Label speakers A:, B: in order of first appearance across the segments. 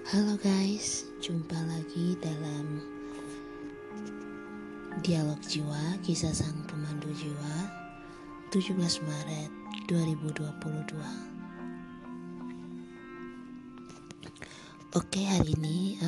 A: Halo guys, jumpa lagi dalam Dialog Jiwa, Kisah Sang Pemandu Jiwa, 17 Maret 2022. Oke, hari ini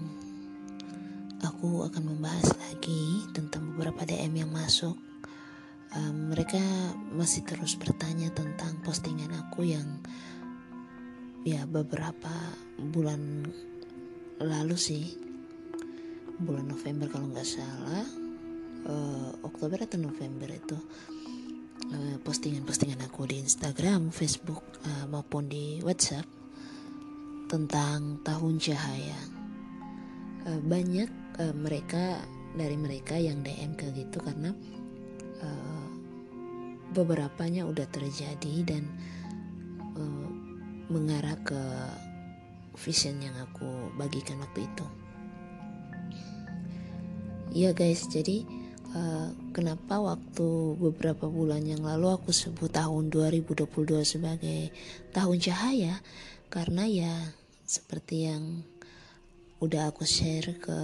A: aku akan membahas lagi tentang beberapa DM yang masuk. Mereka masih terus bertanya tentang postingan aku yang beberapa bulan lalu sih, bulan November kalau nggak salah, Oktober atau November itu, postingan aku di Instagram, Facebook, maupun di WhatsApp tentang tahun cahaya. Banyak dari mereka yang DM ke gitu karena beberapanya udah terjadi dan mengarah ke vision yang aku bagikan waktu itu. Ya guys, jadi kenapa waktu beberapa bulan yang lalu aku sebut tahun 2022 sebagai tahun cahaya? Karena ya seperti yang udah aku share ke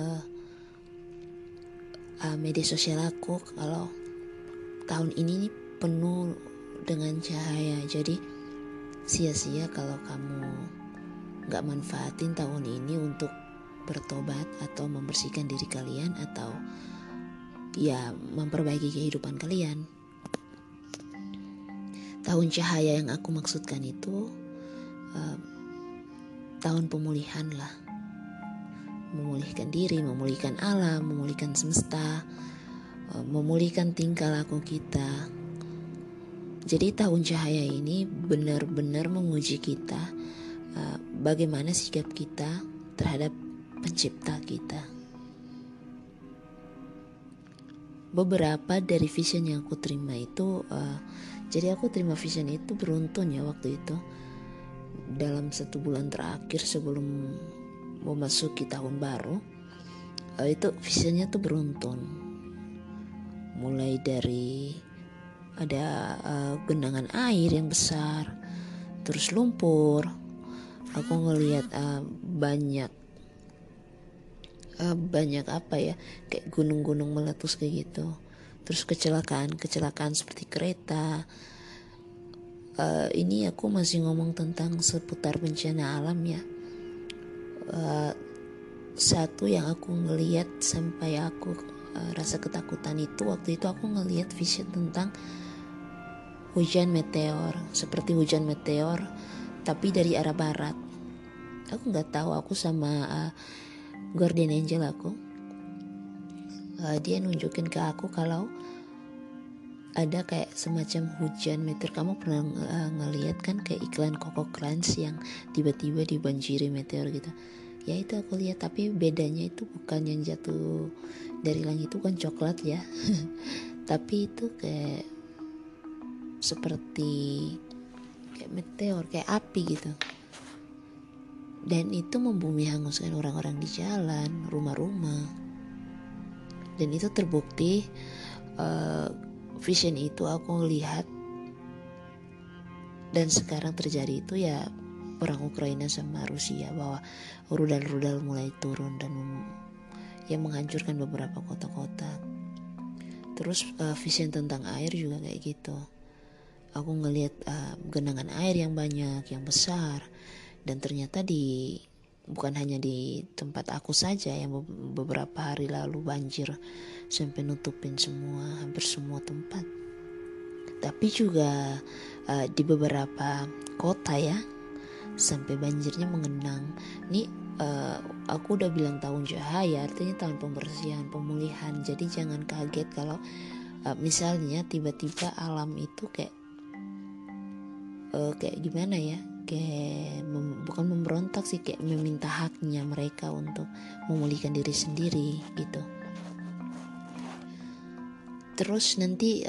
A: media sosial aku, kalau tahun ini nih penuh dengan cahaya. Jadi sia-sia kalau kamu gak manfaatin tahun ini untuk bertobat atau membersihkan diri kalian atau ya memperbaiki kehidupan kalian. Tahun cahaya yang aku maksudkan itu tahun pemulihan lah. Memulihkan diri, memulihkan alam, memulihkan semesta, memulihkan tingkah laku kita. Jadi tahun cahaya ini benar-benar menguji kita, bagaimana sikap kita terhadap pencipta kita. Beberapa dari vision yang aku terima itu, jadi aku terima vision itu beruntun ya waktu itu. Dalam 1 bulan terakhir sebelum memasuki tahun baru, itu visionnya tuh beruntun. Mulai dari ada genangan air yang besar, terus lumpur. Aku ngelihat banyak kayak gunung-gunung meletus kayak gitu. Terus kecelakaan seperti kereta. Ini aku masih ngomong tentang seputar bencana alam ya. Satu yang aku ngelihat sampai aku rasa ketakutan itu, waktu itu aku ngelihat vision tentang hujan meteor, seperti hujan meteor tapi dari arah barat. Aku nggak tahu, aku sama guardian angel aku, dia nunjukin ke aku kalau ada kayak semacam hujan meteor. Kamu pernah ngelihat kan kayak iklan Coco Crunch yang tiba-tiba dibanjiri meteor gitu? Ya itu aku lihat, tapi bedanya itu bukan yang jatuh dari langit, itu kan coklat ya tapi itu kayak seperti kayak meteor, kayak api gitu. Dan itu membumi hanguskan orang-orang di jalan, rumah-rumah. Dan itu terbukti, vision itu aku lihat. Dan sekarang terjadi itu ya perang Ukraina sama Rusia, bahwa rudal-rudal mulai turun dan menghancurkan beberapa kota-kota. Terus vision tentang air juga kayak gitu. Aku ngelihat genangan air yang banyak, yang besar, dan ternyata bukan hanya di tempat aku saja yang beberapa hari lalu banjir sampai nutupin hampir semua tempat, tapi juga di beberapa kota ya sampai banjirnya mengenang. Nih aku udah bilang tahun cahaya, artinya tahun pembersihan, pemulihan. Jadi jangan kaget kalau misalnya tiba-tiba alam itu kayak gimana ya, kayak bukan memberontak sih, kayak meminta haknya mereka untuk memulihkan diri sendiri gitu. Terus nanti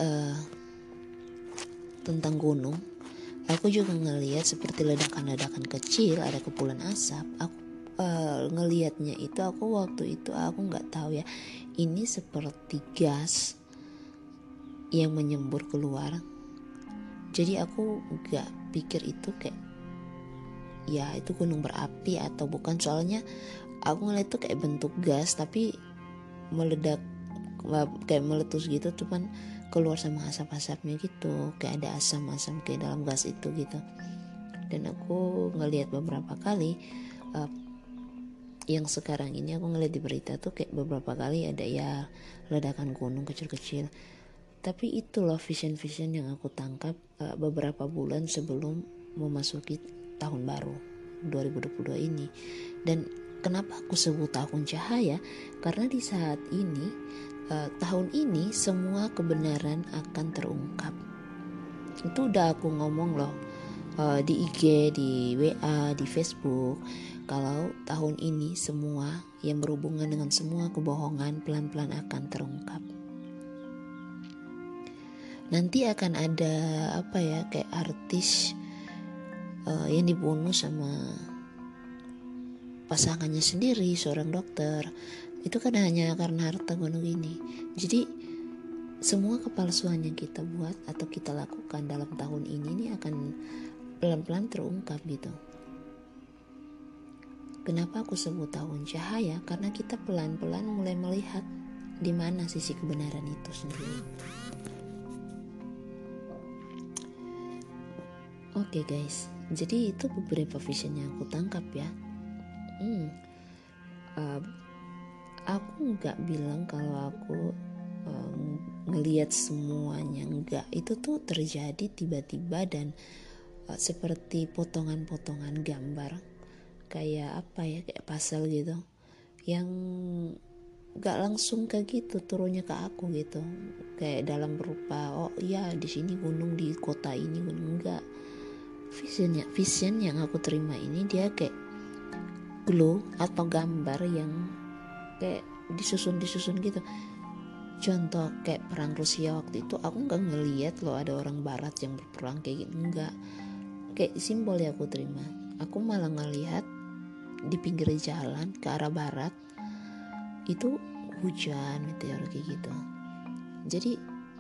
A: tentang gunung, aku juga ngelihat seperti ledakan-ledakan kecil, ada kepulan asap. Aku ngelihatnya itu, aku waktu itu aku nggak tahu ya, ini seperti gas yang menyembur keluar. Jadi aku gak pikir itu kayak ya itu gunung berapi atau bukan, soalnya aku ngeliat itu kayak bentuk gas tapi meledak, kayak meletus gitu, cuman keluar sama asap-asapnya gitu, kayak ada asam-asam kayak dalam gas itu gitu. Dan aku ngeliat beberapa kali, yang sekarang ini aku ngeliat di berita tuh kayak beberapa kali ada ya ledakan gunung kecil-kecil. Tapi itu loh vision yang aku tangkap beberapa bulan sebelum memasuki tahun baru 2022 ini. Dan kenapa aku sebut tahun cahaya? Karena di saat ini, tahun ini semua kebenaran akan terungkap. Itu udah aku ngomong loh di IG, di WA, di Facebook, kalau tahun ini semua yang berhubungan dengan semua kebohongan pelan-pelan akan terungkap. Nanti akan ada kayak artis yang dibunuh sama pasangannya sendiri, seorang dokter. Itu kan hanya karena harta gunung ini. Jadi semua kepalsuan yang kita buat atau kita lakukan dalam tahun ini akan pelan-pelan terungkap gitu. Kenapa aku sebut tahun cahaya? Karena kita pelan-pelan mulai melihat di mana sisi kebenaran itu sendiri. Oke guys, jadi itu beberapa vision yang aku tangkap ya. Aku nggak bilang kalau aku ngelihat semuanya, enggak. Itu tuh terjadi tiba-tiba dan seperti potongan-potongan gambar, kayak kayak puzzle gitu, yang nggak langsung kayak gitu turunnya ke aku gitu, kayak dalam berupa oh iya di sini gunung, di kota ini gunung, enggak. Vision yang aku terima ini dia kayak glow atau gambar yang kayak disusun gitu. Contoh kayak perang Rusia waktu itu, aku nggak ngeliat loh ada orang barat yang berperang kayak gitu, enggak. Kayak simbol ya aku terima. Aku malah ngelihat di pinggir jalan ke arah barat itu hujan meteor kayak gitu. Jadi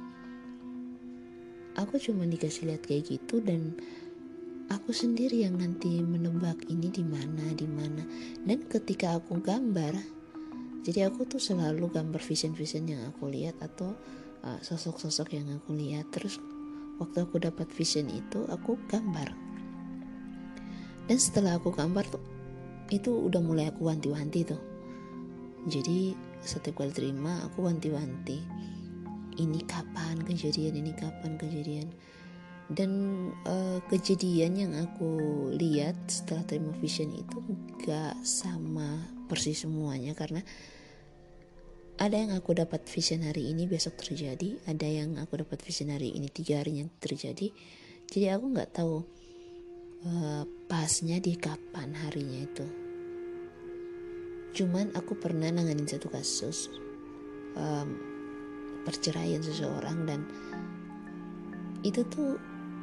A: aku cuma dikasih lihat kayak gitu, dan aku sendiri yang nanti menebak ini di mana. Dan ketika aku gambar, jadi aku tuh selalu gambar vision yang aku lihat atau sosok-sosok yang aku lihat. Terus waktu aku dapat vision itu, aku gambar. Dan setelah aku gambar tuh, itu udah mulai aku wanti-wanti tuh. Jadi setiap kali terima aku wanti-wanti. Ini kapan kejadian. Dan kejadian yang aku lihat setelah terima vision itu gak sama persis semuanya, karena ada yang aku dapat vision hari ini besok terjadi, ada yang aku dapat vision hari ini 3 harinya terjadi. Jadi aku gak tahu pasnya di kapan harinya itu. Cuman aku pernah nanganin satu kasus perceraian seseorang, dan itu tuh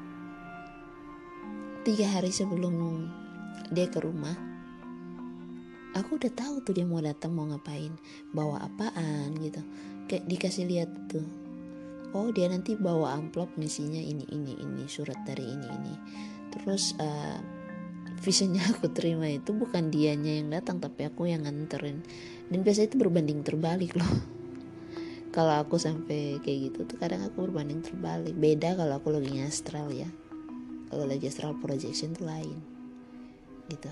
A: 3 hari sebelum dia ke rumah, aku udah tahu tuh dia mau datang, mau ngapain, bawa apaan gitu. Kayak dikasih lihat tuh, oh dia nanti bawa amplop isinya ini, surat dari ini. Terus visionnya aku terima itu bukan dianya yang datang, tapi aku yang nganterin. Dan biasanya itu berbanding terbalik loh. Kalau aku sampai kayak gitu tuh kadang aku berbanding terbalik. Beda kalau aku lagi astral ya. Kalau lagi astral projection tuh lain gitu.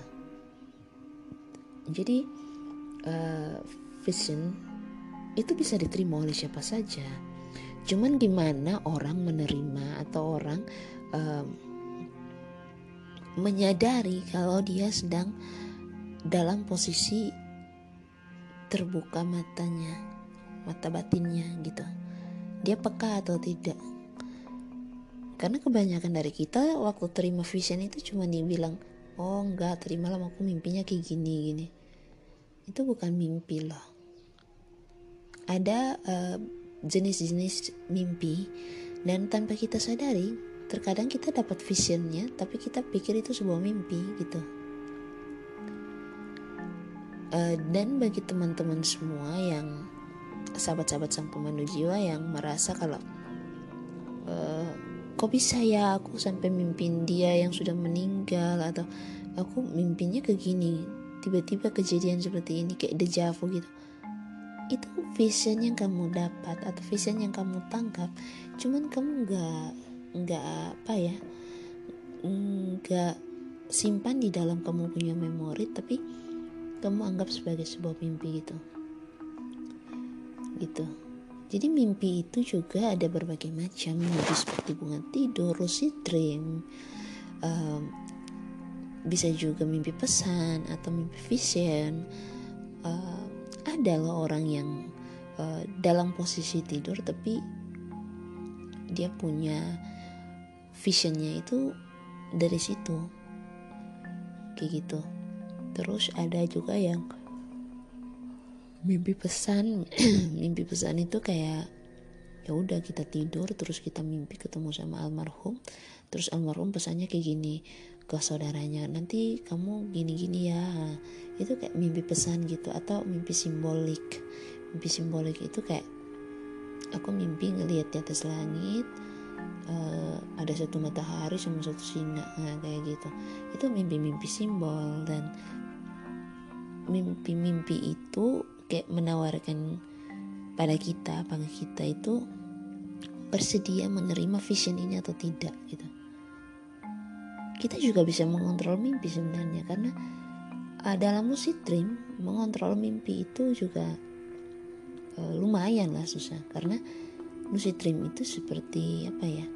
A: Jadi vision itu bisa diterima oleh siapa saja. Cuman gimana orang menerima atau orang menyadari kalau dia sedang dalam posisi terbuka matanya, mata batinnya gitu. Dia peka atau tidak. Karena kebanyakan dari kita waktu terima vision itu cuma dibilang, oh enggak, tadi malam aku mimpinya kayak gini. Itu bukan mimpi loh. Ada jenis-jenis mimpi, dan tanpa kita sadari, terkadang kita dapat visionnya, tapi kita pikir itu sebuah mimpi gitu. Dan bagi teman-teman semua yang sahabat-sahabat sang pemandu jiwa yang merasa kalau kok bisa ya aku sampai mimpin dia yang sudah meninggal, atau aku mimpinya ke gini, tiba-tiba kejadian seperti ini, kayak deja vu gitu. Itu vision yang kamu dapat atau vision yang kamu tangkap, cuman kamu nggak simpan di dalam kamu punya memori, tapi kamu anggap sebagai sebuah mimpi gitu. Jadi mimpi itu juga ada berbagai macam, mimpi seperti bunga tidur, lucid dream, bisa juga mimpi pesan atau mimpi vision. Ada loh orang yang dalam posisi tidur tapi dia punya visionnya itu dari situ, kayak gitu. Terus ada juga yang mimpi pesan. Mimpi pesan itu kayak ya udah kita tidur terus kita mimpi ketemu sama almarhum, terus almarhum pesannya kayak gini ke saudaranya, nanti kamu gini-gini ya. Itu kayak mimpi pesan gitu. Atau mimpi simbolik. Mimpi simbolik itu kayak aku mimpi ngelihat di atas langit ada satu matahari sama satu sinar, kayak gitu. Itu mimpi-mimpi simbol. Dan mimpi-mimpi itu kayak menawarkan pada kita, apakah kita itu bersedia menerima vision ini atau tidak gitu. Kita juga bisa mengontrol mimpi sebenarnya, karena dalam lucid dream mengontrol mimpi itu juga lumayan lah susah. Karena lucid dream itu seperti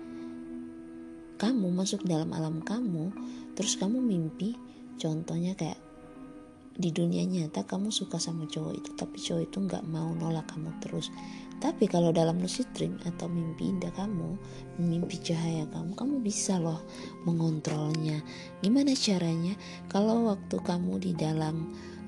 A: kamu masuk dalam alam kamu, terus kamu mimpi, contohnya kayak di dunia nyata kamu suka sama cowok itu, tapi cowok itu nggak mau nolak kamu terus. Tapi kalau dalam lucid dream atau mimpi indah kamu, mimpi cahaya kamu bisa loh mengontrolnya. Gimana caranya? Kalau waktu kamu di dalam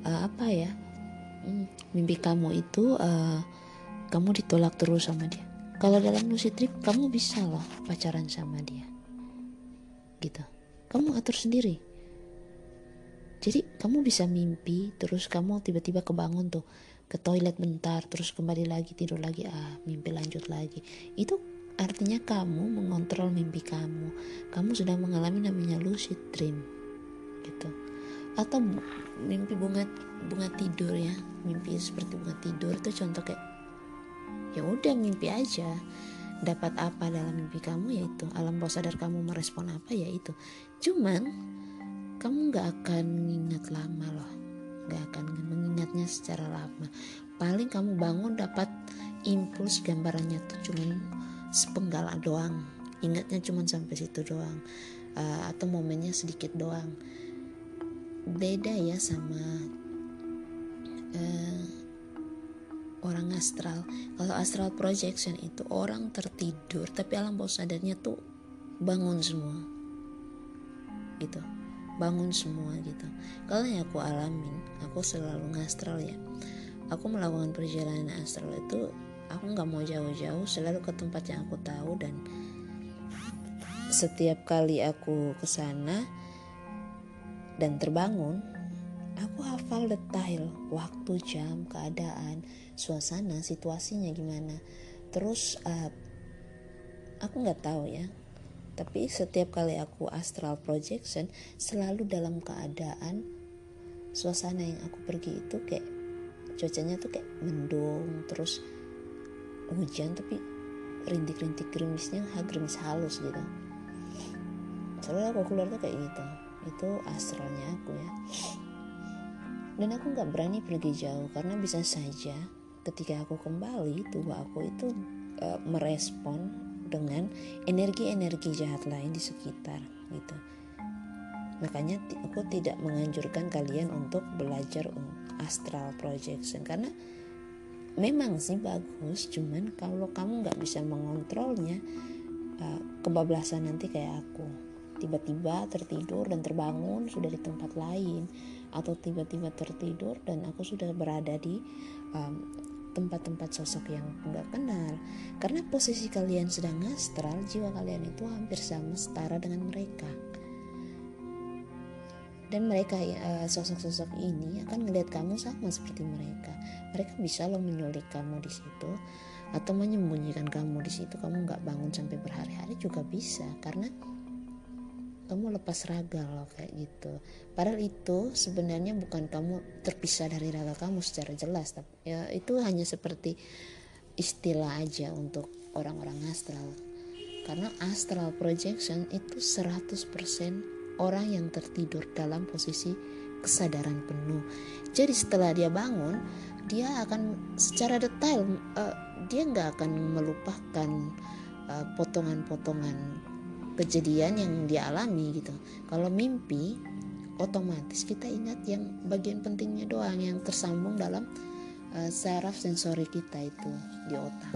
A: mimpi kamu itu kamu ditolak terus sama dia, kalau dalam lucid dream kamu bisa loh pacaran sama dia gitu. Kamu atur sendiri. Jadi kamu bisa mimpi terus kamu tiba-tiba kebangun tuh, ke toilet bentar, terus kembali lagi tidur lagi, mimpi lanjut lagi. Itu artinya kamu mengontrol mimpi kamu. Kamu sedang mengalami namanya lucid dream gitu. Atau mimpi bunga tidur ya. Mimpi seperti bunga tidur itu contoh kayak ya udah mimpi aja. Dapat apa dalam mimpi kamu, yaitu alam bawah sadar kamu merespon apa ya itu. Cuman kamu gak akan mengingat lama loh, gak akan mengingatnya secara lama. Paling kamu bangun dapat impuls gambarannya tuh cuman sepenggal doang, ingatnya cuman sampai situ doang, atau momennya sedikit doang. Beda ya sama orang astral. Kalau astral projection itu orang tertidur tapi alam bawah sadarnya tuh bangun semua gitu, bangun semua gitu. Kalau yang aku alamin, aku selalu ngastral ya. Aku melakukan perjalanan astral itu, aku nggak mau jauh-jauh, selalu ke tempat yang aku tahu. Dan setiap kali aku kesana dan terbangun, aku hafal detail waktu, jam, keadaan, suasana, situasinya gimana. Terus aku nggak tahu ya, tapi setiap kali aku astral projection selalu dalam keadaan suasana yang aku pergi itu kayak cuacanya tuh kayak mendung, terus hujan tapi rintik-rintik gerimisnya gerimis halus gitu. Soalnya aku keluar tuh kayak gitu. Itu astralnya aku ya. Dan aku gak berani pergi jauh karena bisa saja ketika aku kembali tubuh aku itu merespon dengan energi-energi jahat lain di sekitar gitu. Makanya aku tidak menganjurkan kalian untuk belajar astral projection, karena memang sih bagus, cuman kalau kamu gak bisa mengontrolnya, kebablasan nanti kayak aku. Tiba-tiba tertidur dan terbangun sudah di tempat lain, atau tiba-tiba tertidur dan aku sudah berada di tempat-tempat sosok yang enggak kenal. Karena posisi kalian sedang astral, jiwa kalian itu hampir sama, setara dengan mereka. Dan mereka sosok-sosok ini akan ngelihat kamu sama seperti mereka. Mereka bisa loh menyulik kamu di situ atau menyembunyikan kamu di situ. Kamu nggak bangun sampai berhari-hari juga bisa, karena kamu lepas raga loh kayak gitu. Padahal itu sebenarnya bukan kamu terpisah dari raga kamu secara jelas, tapi ya itu hanya seperti istilah aja untuk orang-orang astral. Karena astral projection itu 100% orang yang tertidur dalam posisi kesadaran penuh. Jadi setelah dia bangun, dia akan secara detail, dia nggak akan melupakan potongan-potongan kejadian yang dia alami gitu. Kalau mimpi, otomatis kita ingat yang bagian pentingnya doang, yang tersambung dalam saraf sensori kita itu di otak.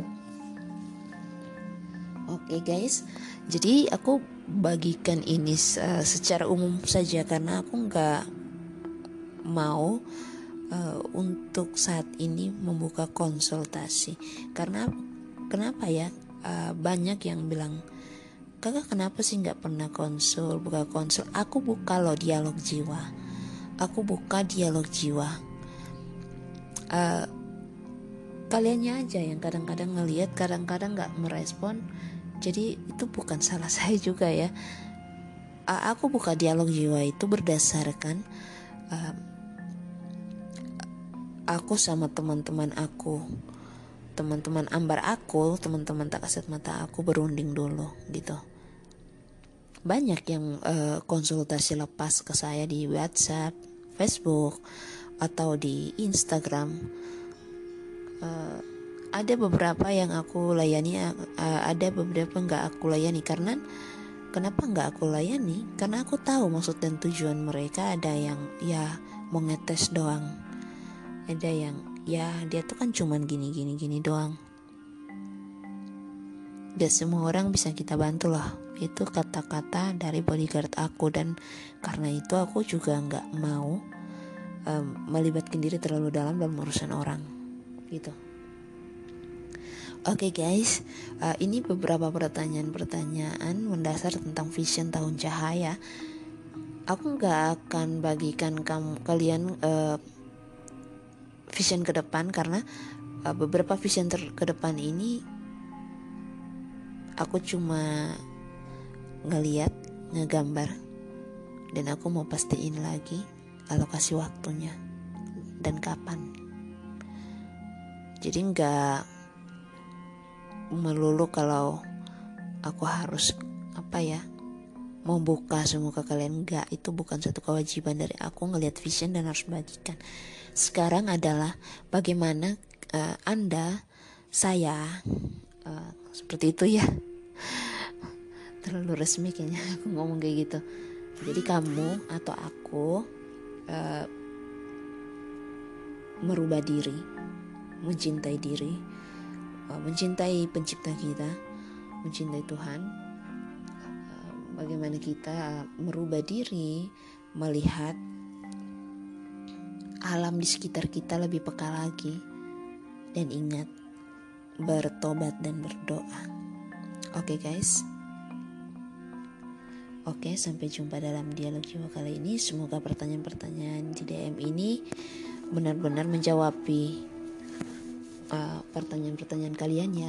A: Oke guys, jadi aku bagikan ini secara umum saja karena aku nggak mau untuk saat ini membuka konsultasi. Karena kenapa ya, banyak yang bilang, kakak kenapa sih nggak pernah buka konsul? Aku buka loh dialog jiwa, aku buka dialog jiwa. Kaliannya aja yang kadang-kadang ngelihat, kadang-kadang nggak merespon. Jadi itu bukan salah saya juga ya. Aku buka dialog jiwa itu berdasarkan aku sama teman-teman aku, teman-teman ambar aku, teman-teman tak kasat mata aku berunding dulu gitu. Banyak yang konsultasi lepas ke saya di WhatsApp, Facebook, atau di Instagram. Ada beberapa yang aku layani, ada beberapa nggak aku layani. Kenapa nggak aku layani? Karena aku tahu maksud dan tujuan mereka. Ada yang ya mau ngetes doang, ada yang ya dia tuh kan cuman gini doang. Gak semua orang bisa kita bantu loh. Itu kata-kata dari bodyguard aku, dan karena itu aku juga nggak mau melibatkan diri terlalu dalam urusan orang gitu. Oke guys, ini beberapa pertanyaan mendasar tentang vision tahun cahaya. Aku nggak akan bagikan kalian vision ke depan, karena beberapa vision ke depan ini aku cuma ngeliat, ngegambar, dan aku mau pastiin lagi alokasi waktunya dan kapan. Jadi nggak melulu kalau aku harus mau buka semua ke kalian. Enggak, itu bukan satu kewajiban dari aku ngelihat vision dan harus bagikan. Sekarang adalah bagaimana saya seperti itu ya. Terlalu resmi kayaknya aku ngomong kayak gitu. Jadi kamu atau aku merubah diri, mencintai diri, mencintai pencipta kita, mencintai Tuhan. Bagaimana kita merubah diri, melihat alam di sekitar kita lebih peka lagi, dan ingat bertobat dan berdoa. Oke guys. Oke, sampai jumpa dalam dialog jiwa kali ini. Semoga pertanyaan-pertanyaan di DM ini benar-benar menjawabi pertanyaan-pertanyaan kalian ya.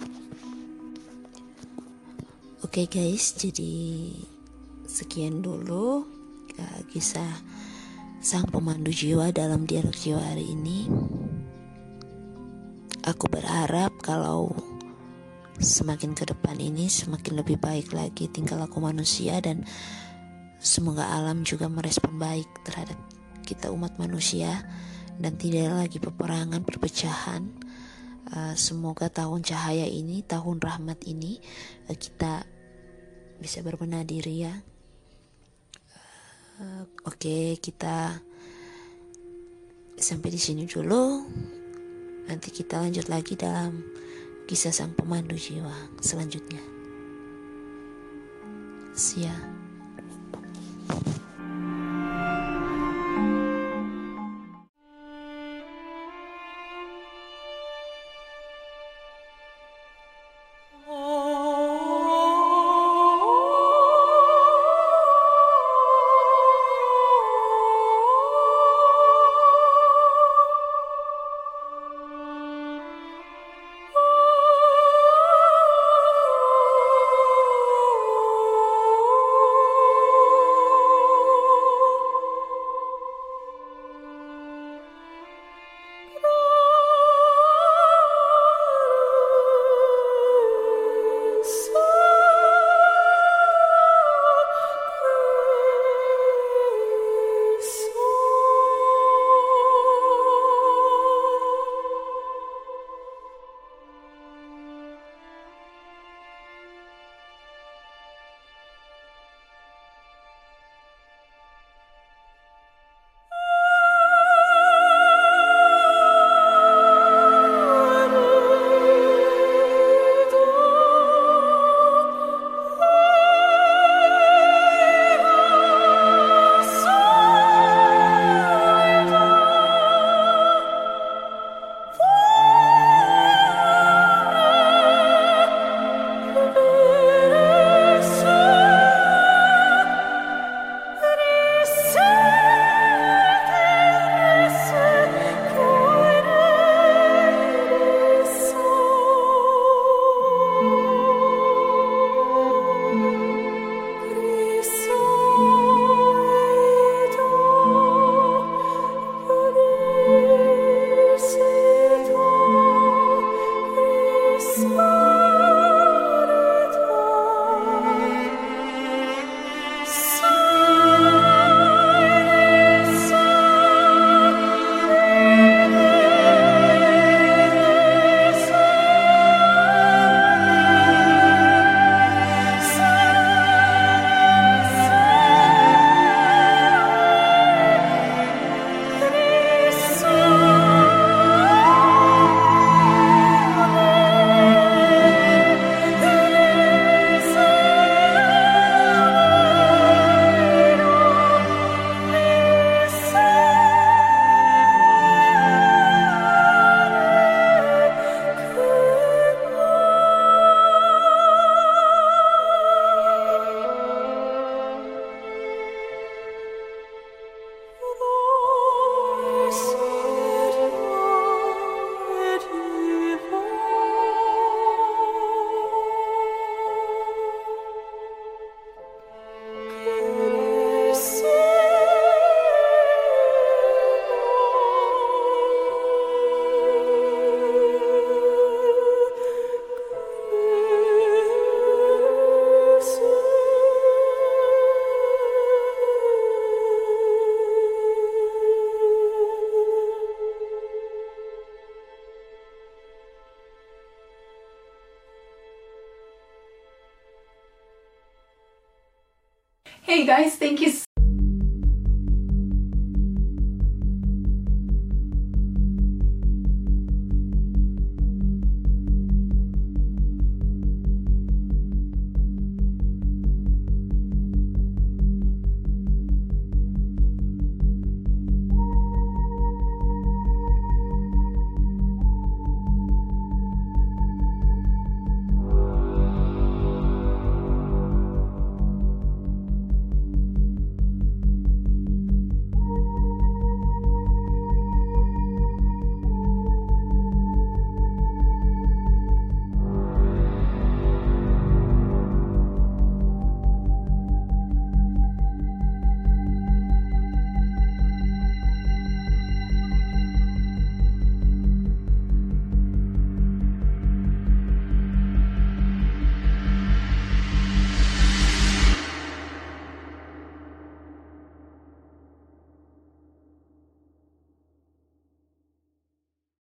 A: Oke guys, jadi sekian dulu kisah sang pemandu jiwa dalam dialog jiwa hari ini. Aku berharap kalau semakin ke depan ini semakin lebih baik lagi tingkah laku manusia, dan semoga alam juga merespon baik terhadap kita umat manusia, dan tidak lagi peperangan, perpecahan. Semoga tahun cahaya ini, tahun rahmat ini, kita bisa berbenah diri ya. Oke, kita sampai di sini dulu. Nanti kita lanjut lagi dalam kisah sang pemandu jiwa selanjutnya. Sia.
B: Hey guys, thank you